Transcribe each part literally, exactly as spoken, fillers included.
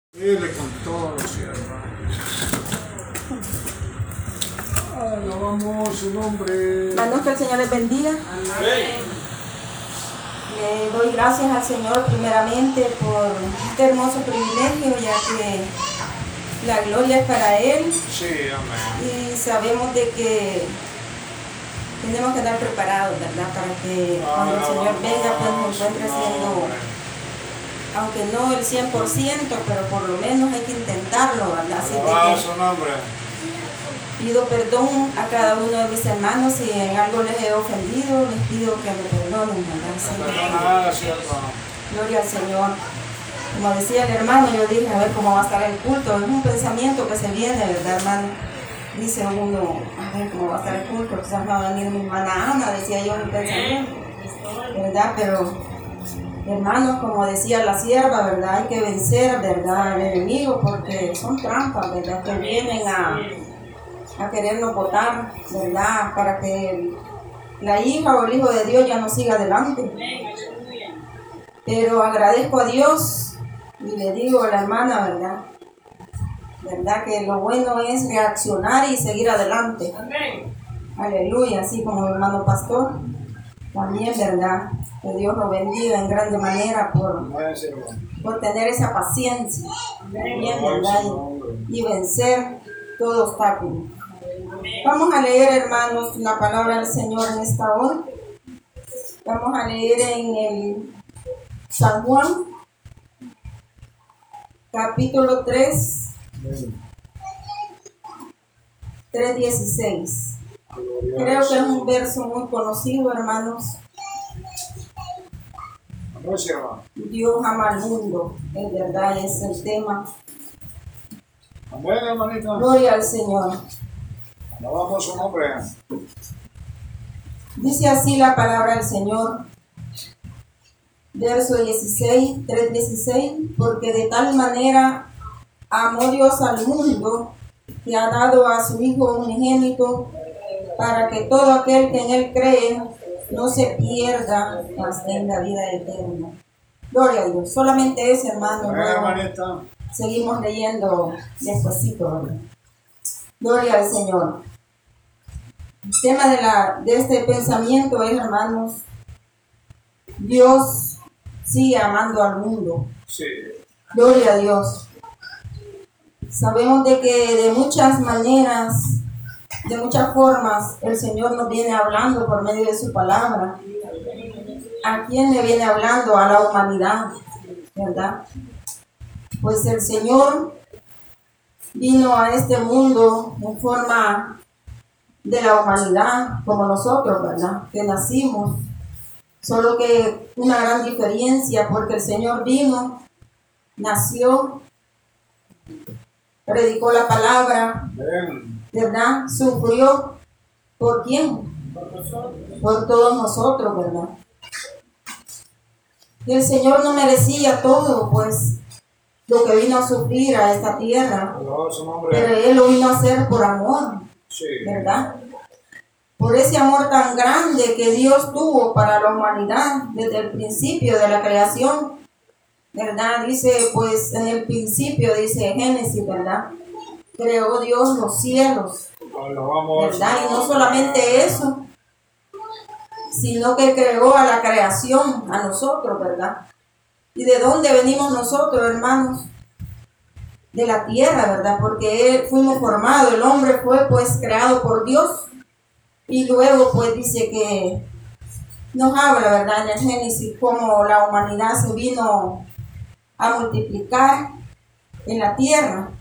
Dile con todo, sierva. Alabamos su nombre. Hermanos, que el Señor les bendiga. Amén. Le doy gracias al Señor primeramente por este hermoso privilegio, ya que la gloria es para Él. Sí, amén. Y sabemos de que tenemos que estar preparados, ¿verdad? Para que cuando el Señor venga, pues nos encuentre siendo, aunque no el cien por ciento, pero por lo menos hay que intentarlo, ¿verdad? Así Alabamos que su nombre. pido perdón a cada uno de mis hermanos si en algo les he ofendido, les pido que me perdonen, ¿verdad? Así que, Perdonada, sierva. gloria al Señor. Como decía el hermano, yo dije, a ver cómo va a estar el culto. Es un pensamiento que se viene, ¿verdad, hermano? Dice uno, a ver cómo va a estar el culto. Quizás va a venir mi hermana Ana, decía yo, un pensamiento, ¿verdad? Pero, hermanos, como decía la sierva, ¿verdad? Hay que vencer, ¿verdad?, al enemigo, porque son trampas, ¿verdad?, que vienen a, a querernos botar, ¿verdad?, para que la hija o el hijo de Dios ya no siga adelante. Pero agradezco a Dios y le digo a la hermana, ¿verdad? ¿Verdad? Que lo bueno es reaccionar y seguir adelante. Amén. Aleluya, así como mi hermano pastor. También, ¿verdad? Que Dios lo bendiga en grande manera por, por tener esa paciencia. También, ¿verdad? Y, y vencer todo obstáculo. Vamos a leer, hermanos, la palabra del Señor en esta hora. Vamos a leer en el San Juan, capítulo tres, tres dieciséis. Creo que es un verso muy conocido, hermanos. Dios ama al mundo, en verdad es el tema. Amén, hermanita. Gloria al Señor. Alabamos su nombre. Dice así la palabra del Señor. Verso dieciséis, tres dieciséis, porque de tal manera amó Dios al mundo que ha dado a su Hijo unigénito para que todo aquel que en Él cree no se pierda, mas tenga vida eterna. Gloria a Dios. Solamente ese, hermano. Amén, hermanita. Seguimos leyendo despacito. Gloria al Señor. El tema de, la, de este pensamiento es, hermanos, Dios sigue amando al mundo. Sí. Gloria a Dios. Sabemos de que de muchas maneras, de muchas formas, el Señor nos viene hablando por medio de su palabra. ¿A quién le viene hablando? A la humanidad, ¿verdad? Pues el Señor vino a este mundo en forma de la humanidad, como nosotros, ¿verdad?, que nacimos. Solo que una gran diferencia, porque el Señor vino, nació, predicó la palabra, ¿verdad? Sufrió. ¿Por quién? Por nosotros. Por todos nosotros, ¿verdad? Y el Señor no merecía todo, pues, lo que vino a sufrir a esta tierra. Pero Él lo vino a hacer por amor, ¿verdad? Por ese amor tan grande que Dios tuvo para la humanidad desde el principio de la creación, ¿verdad? Dice, pues en el principio, dice Génesis, ¿verdad?, creó Dios los cielos, ¿verdad? Y no solamente eso, sino que creó a la creación, a nosotros, ¿verdad? ¿Y de dónde venimos nosotros, hermanos? De la tierra, ¿verdad? Porque fuimos formados, el hombre fue pues creado por Dios. Y luego pues dice que nos habla, ¿verdad?, en el Génesis, cómo la humanidad se vino a multiplicar en la tierra.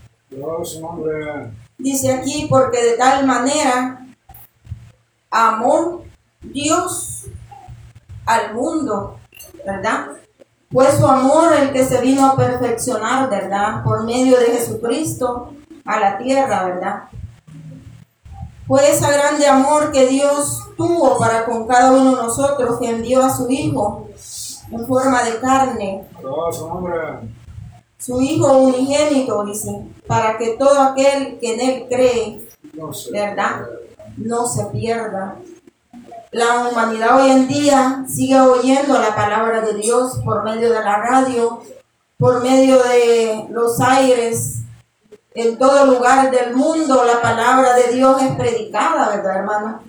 Dice aquí, porque de tal manera amó Dios al mundo, ¿verdad? Fue su amor el que se vino a perfeccionar, ¿verdad?, por medio de Jesucristo a la tierra, ¿verdad? Fue ese grande amor que Dios tuvo para con cada uno de nosotros, que envió a su Hijo en forma de carne. Su Hijo unigénito, dice, para que todo aquel que en Él cree, ¿verdad?, no se pierda. La humanidad hoy en día sigue oyendo la palabra de Dios por medio de la radio, por medio de los aires, en todo lugar del mundo, la palabra de Dios es predicada, ¿verdad, hermano?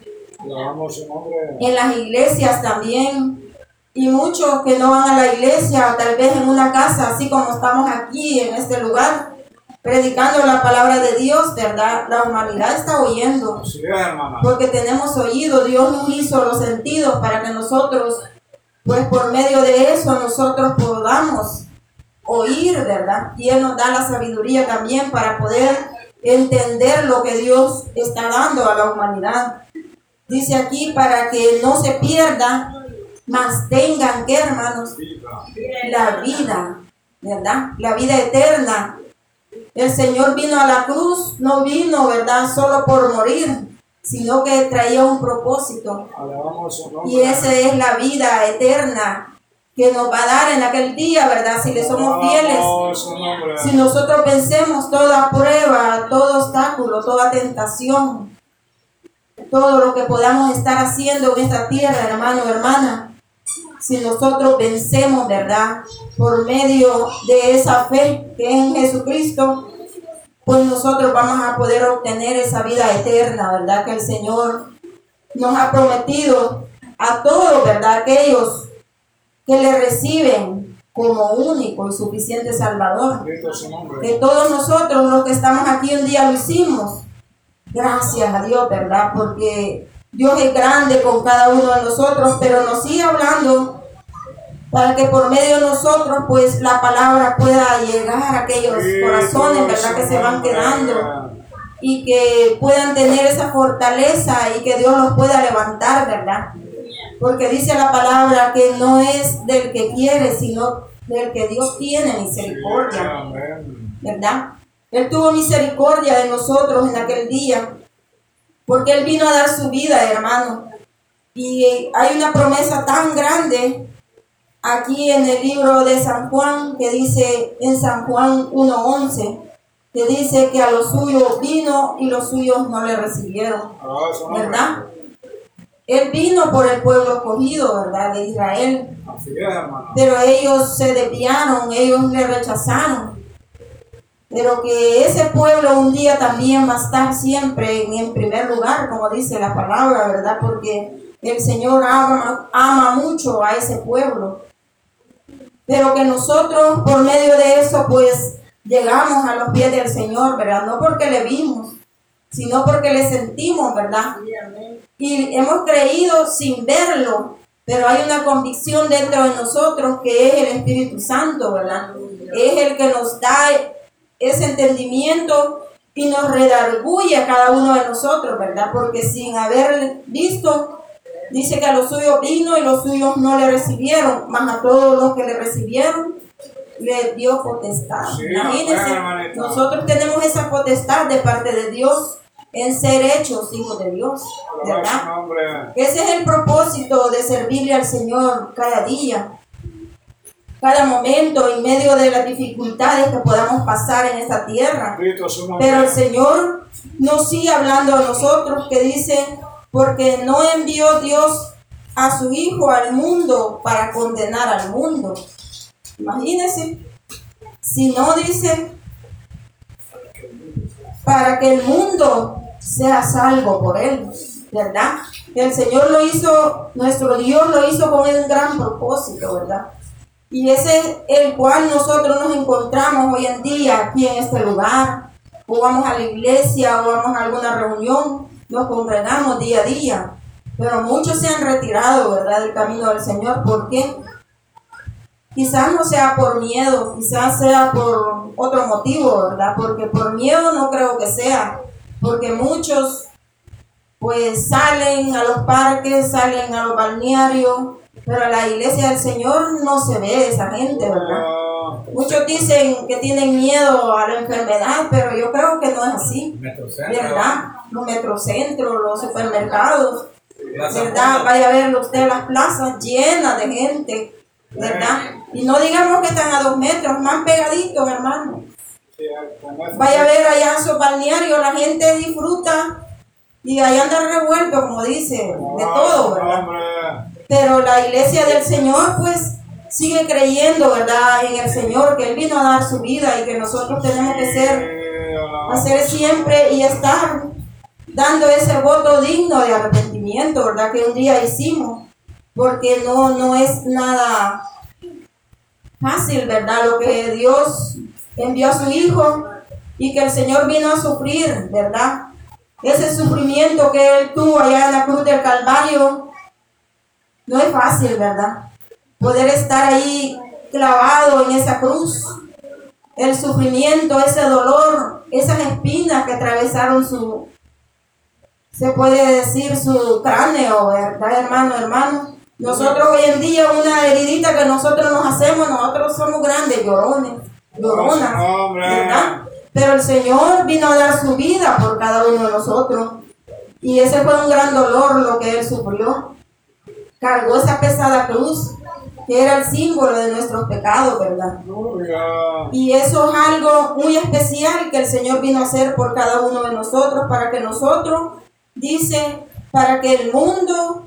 En las iglesias también. Y muchos que no van a la iglesia, tal vez en una casa, así como estamos aquí en este lugar, predicando la palabra de Dios, ¿verdad? La humanidad está oyendo. Sí, hermana. Porque tenemos oído, Dios nos hizo los sentidos para que nosotros, pues por medio de eso, nosotros podamos oír, ¿verdad? Y Él nos da la sabiduría también para poder entender lo que Dios está dando a la humanidad. Dice aquí, para que no se pierda, mas tengan, ¿qué, hermanos? La vida, ¿verdad? La vida eterna. El Señor vino a la cruz, no vino, ¿verdad?, solo por morir, sino que traía un propósito. Y esa es la vida eterna que nos va a dar en aquel día, ¿verdad? Si le somos fieles, si nosotros vencemos toda prueba, todo obstáculo, toda tentación, todo lo que podamos estar haciendo en esta tierra, hermano, hermana. Si nosotros vencemos, ¿verdad?, por medio de esa fe que es en Jesucristo, pues nosotros vamos a poder obtener esa vida eterna, ¿verdad?, que el Señor nos ha prometido a todos, ¿verdad?, aquellos que le reciben como único y suficiente Salvador. Que todos nosotros los que estamos aquí un día lo hicimos. Gracias a Dios, ¿verdad?, porque Dios es grande con cada uno de nosotros, pero nos sigue hablando para que por medio de nosotros, pues, la palabra pueda llegar a aquellos corazones, ¿verdad?, que se van quedando y que puedan tener esa fortaleza y que Dios los pueda levantar, ¿verdad? Porque dice la palabra que no es del que quiere, sino del que Dios tiene misericordia, ¿verdad? Él tuvo misericordia de nosotros en aquel día, porque Él vino a dar su vida, hermano. Y hay una promesa tan grande aquí en el libro de San Juan, que dice en San Juan uno once, que dice que a los suyos vino y los suyos no le recibieron, ¿verdad? Él vino por el pueblo escogido, ¿verdad?, de Israel. Pero ellos se desviaron, ellos le rechazaron. Pero que ese pueblo un día también va a estar siempre en, en primer lugar, como dice la palabra, ¿verdad? Porque el Señor ama, ama mucho a ese pueblo. Pero que nosotros, por medio de eso, pues, llegamos a los pies del Señor, ¿verdad? No porque le vimos, sino porque le sentimos, ¿verdad? Y hemos creído sin verlo, pero hay una convicción dentro de nosotros que es el Espíritu Santo, ¿verdad? Es el que nos da ese entendimiento y nos redarguye a cada uno de nosotros, ¿verdad? Porque sin haber visto, dice que a los suyos vino y los suyos no le recibieron, mas a todos los que le recibieron le dio potestad. Sí, imagínense, bueno, nosotros tenemos esa potestad de parte de Dios en ser hechos hijos de Dios, ¿verdad? Ese es el propósito de servirle al Señor cada día, cada momento, en medio de las dificultades que podamos pasar en esta tierra. Pero el Señor nos sigue hablando a nosotros, que dice, porque no envió Dios a su Hijo al mundo para condenar al mundo. Imagínense, si no dice, para que el mundo sea salvo por él, ¿verdad? El Señor lo hizo, nuestro Dios lo hizo con un gran propósito, ¿verdad? Y ese es el cual nosotros nos encontramos hoy en día aquí en este lugar, o vamos a la iglesia, o vamos a alguna reunión, nos congregamos día a día, pero muchos se han retirado, ¿verdad?, del camino del Señor. ¿Por qué? Quizás no sea por miedo, quizás sea por otro motivo, ¿verdad? Porque por miedo no creo que sea, porque muchos pues salen a los parques, salen a los balnearios, pero a la iglesia del Señor no se ve esa gente, ¿verdad? Muchos dicen que tienen miedo a la enfermedad, pero yo creo que no es así, ¿verdad? Los metrocentros, los supermercados, ¿verdad? Vaya a ver usted las plazas llenas de gente, ¿verdad? Y no digamos que están a dos metros, más pegaditos, hermano. Vaya a ver allá en su balneario, la gente disfruta y allá anda revuelto, como dice, de todo, ¿verdad? Pero la iglesia del Señor, pues, sigue creyendo, ¿verdad?, en el Señor, que Él vino a dar su vida y que nosotros tenemos que ser, hacer siempre y estar dando ese voto digno de arrepentimiento, ¿verdad?, que un día hicimos, porque no, no es nada fácil, ¿verdad?, lo que Dios envió a su Hijo y que el Señor vino a sufrir, ¿verdad? Ese sufrimiento que Él tuvo allá en la cruz del Calvario no es fácil, ¿verdad? Poder estar ahí clavado en esa cruz, el sufrimiento, ese dolor, esas espinas que atravesaron su, se puede decir, su cráneo, ¿verdad, hermano, hermano? Nosotros hoy en día, una heridita que nosotros nos hacemos, nosotros somos grandes llorones, lloronas, ¿verdad? Pero el Señor vino a dar su vida por cada uno de nosotros. Y ese fue un gran dolor lo que Él sufrió. Cargó esa pesada cruz, que era el símbolo de nuestros pecados, ¿verdad? Y eso es algo muy especial que el Señor vino a hacer por cada uno de nosotros, para que nosotros, dice, para que el mundo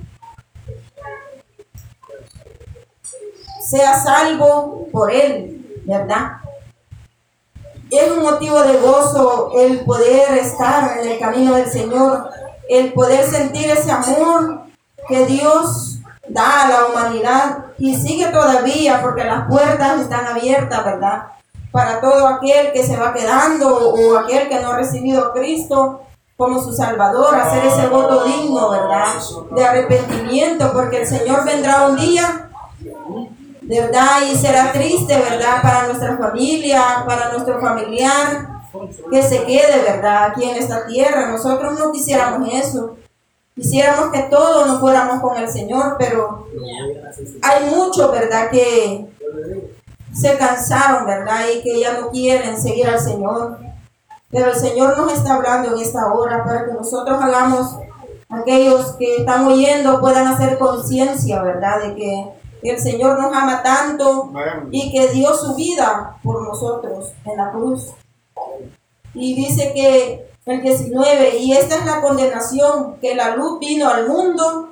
sea salvo por Él, ¿verdad? Es un motivo de gozo el poder estar en el camino del Señor, el poder sentir ese amor que Dios da a la humanidad y sigue todavía, porque las puertas están abiertas, ¿verdad?, para todo aquel que se va quedando o aquel que no ha recibido a Cristo como su Salvador, hacer ese voto digno, ¿verdad?, de arrepentimiento, porque el Señor vendrá un día, ¿verdad?, y será triste, ¿verdad?, para nuestra familia, para nuestro familiar, que se quede, ¿verdad?, aquí en esta tierra. Nosotros no quisiéramos eso. Quisiéramos que todos nos fuéramos con el Señor, pero hay muchos, ¿verdad?, que se cansaron, ¿verdad?, y que ya no quieren seguir al Señor. Pero el Señor nos está hablando en esta hora para que nosotros hagamos, aquellos que están oyendo puedan hacer conciencia, ¿verdad?, de que el Señor nos ama tanto y que dio su vida por nosotros en la cruz. Y dice que el diecinueve, y esta es la condenación, que la luz vino al mundo,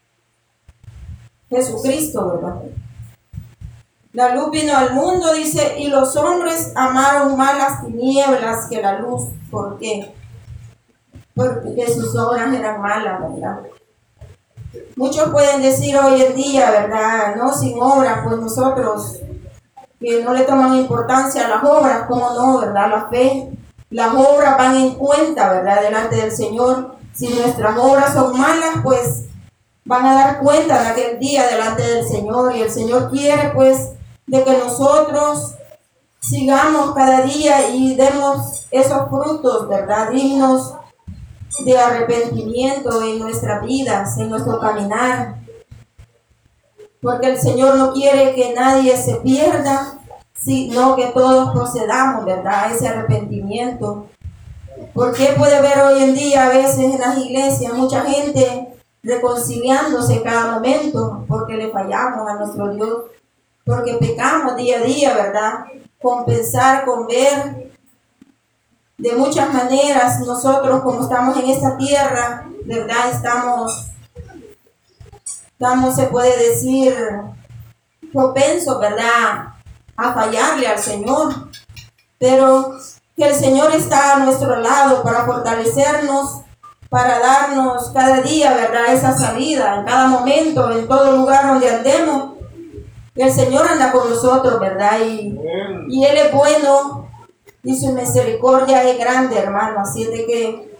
Jesucristo, ¿verdad? La luz vino al mundo, dice, y los hombres amaron más las tinieblas que la luz. ¿Por qué? Porque sus obras eran malas, ¿verdad? Muchos pueden decir hoy en día, ¿verdad?, no, sin obras, pues nosotros que no le toman importancia a las obras, ¿cómo no, verdad? La fe, las obras van en cuenta, ¿verdad?, delante del Señor. Si nuestras obras son malas, pues van a dar cuenta en aquel día delante del Señor. Y el Señor quiere, pues, de que nosotros sigamos cada día y demos esos frutos, ¿verdad?, dignos de arrepentimiento en nuestras vidas, en nuestro caminar, porque el Señor no quiere que nadie se pierda, sino que todos procedamos, ¿verdad?, a ese arrepentimiento. Porque puede ver hoy en día a veces en las iglesias mucha gente reconciliándose cada momento, porque le fallamos a nuestro Dios, porque pecamos día a día, ¿verdad?, con pensar, con ver. De muchas maneras, nosotros como estamos en esta tierra, ¿verdad?, estamos, estamos, se puede decir, propensos, ¿verdad?, a fallarle al Señor. Pero que el Señor está a nuestro lado para fortalecernos, para darnos cada día, ¿verdad?, esa salida, en cada momento, en todo lugar donde andemos. El Señor anda con nosotros, ¿verdad? Y, y Él es bueno. Y su misericordia es grande, hermano. Así de que,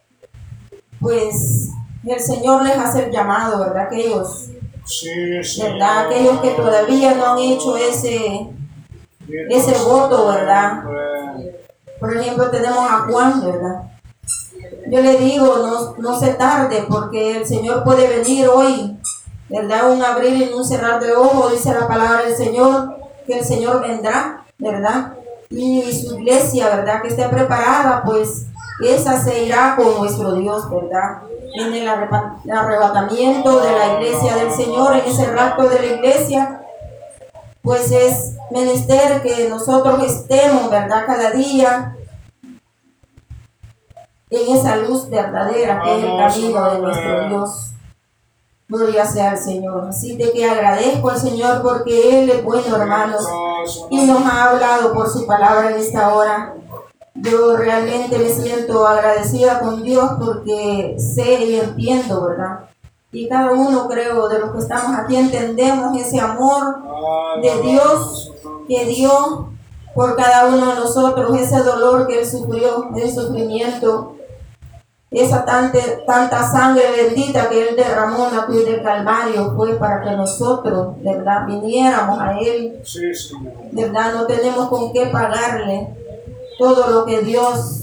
pues, el Señor les hace el llamado, ¿verdad? Aquellos, sí, sí, ¿verdad? Aquellos que todavía no han hecho ese, ese voto, ¿verdad? Por ejemplo, tenemos a Juan, ¿verdad? Yo le digo, no, no se tarde, porque el Señor puede venir hoy, ¿verdad? Un abrir y un cerrar de ojos, dice la palabra del Señor, que el Señor vendrá, ¿verdad? Y su iglesia, ¿verdad?, que esté preparada, pues esa se irá con nuestro Dios, ¿verdad? En el arrebatamiento de la iglesia del Señor, en ese rapto de la iglesia, pues es menester que nosotros estemos, ¿verdad?, cada día en esa luz verdadera que es el camino de nuestro Dios. Gloria sea al Señor. Así de que agradezco al Señor porque Él es bueno, hermanos, y nos ha hablado por su palabra en esta hora. Yo realmente me siento agradecida con Dios porque sé y entiendo, ¿verdad? Y cada uno, creo, de los que estamos aquí entendemos ese amor de Dios que dio por cada uno de nosotros, ese dolor que Él sufrió, ese sufrimiento, esa tanta, tanta sangre bendita que Él derramó en la cruz del Calvario fue para que nosotros, ¿verdad?, viniéramos a Él. Sí, Señor. ¿Verdad? No tenemos con qué pagarle todo lo que Dios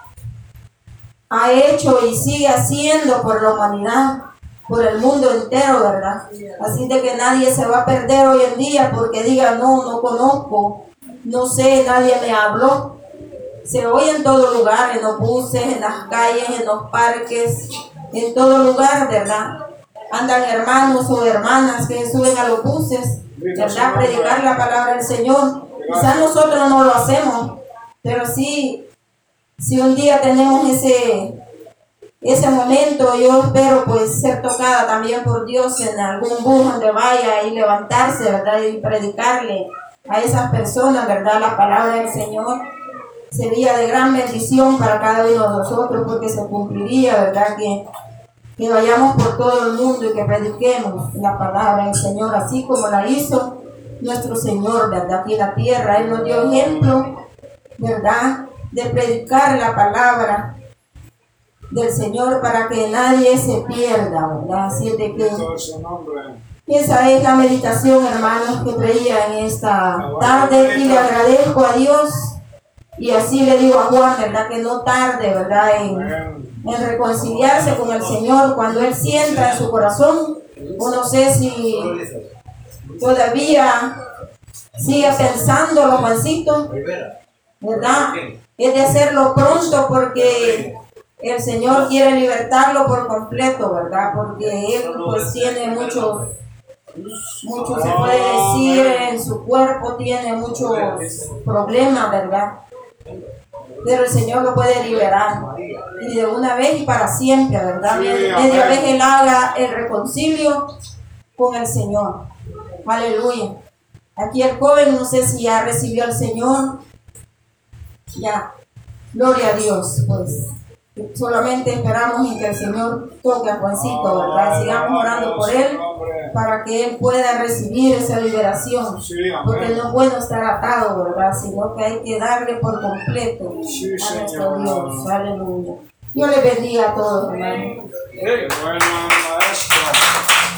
ha hecho y sigue haciendo por la humanidad, por el mundo entero, ¿verdad? Así de que nadie se va a perder hoy en día porque diga, no, no conozco, no sé, nadie me habló. Se oye en todo lugar, en los buses, en las calles, en los parques, en todo lugar, ¿verdad? Andan hermanos o hermanas que suben a los buses, ¿verdad? Predicar la palabra del Señor. Quizás nosotros no lo hacemos, pero sí, si un día tenemos ese, ese momento, yo espero pues ser tocada también por Dios en algún bus donde vaya y levantarse, ¿verdad? Y predicarle a esas personas, ¿verdad? La palabra del Señor. Sería de gran bendición para cada uno de nosotros porque se cumpliría, ¿verdad? Que, que vayamos por todo el mundo y que prediquemos la palabra del Señor, así como la hizo nuestro Señor, ¿verdad? Aquí en la tierra. Él nos dio ejemplo, ¿verdad?, de predicar la palabra del Señor para que nadie se pierda, ¿verdad? Así de que esa es la meditación, hermanos, que traía en esta tarde y le agradezco a Dios. Y así le digo a Juan, ¿verdad?, que no tarde, ¿verdad?, en, en reconciliarse con el Señor cuando Él sienta en su corazón. O no sé si todavía sigue pensándolo, Juancito, ¿verdad? Es de hacerlo pronto porque el Señor quiere libertarlo por completo, ¿verdad? Porque Él pues tiene muchos, muchos, se puede decir, en su cuerpo tiene muchos problemas, ¿verdad? Pero el Señor lo puede liberar y de una vez y para siempre, ¿verdad? Sí, media vez Él haga el reconcilio con el Señor. Aleluya. Aquí el joven, no sé si ya recibió al Señor. Ya. Gloria a Dios, pues. Solamente esperamos en que el Señor toque a Juancito, ¿verdad? Sigamos orando por él para que él pueda recibir esa liberación. Porque no es bueno estar atado, ¿verdad? Sino que hay que darle por completo a nuestro Dios. Aleluya. Dios le bendiga a todos, hermanos.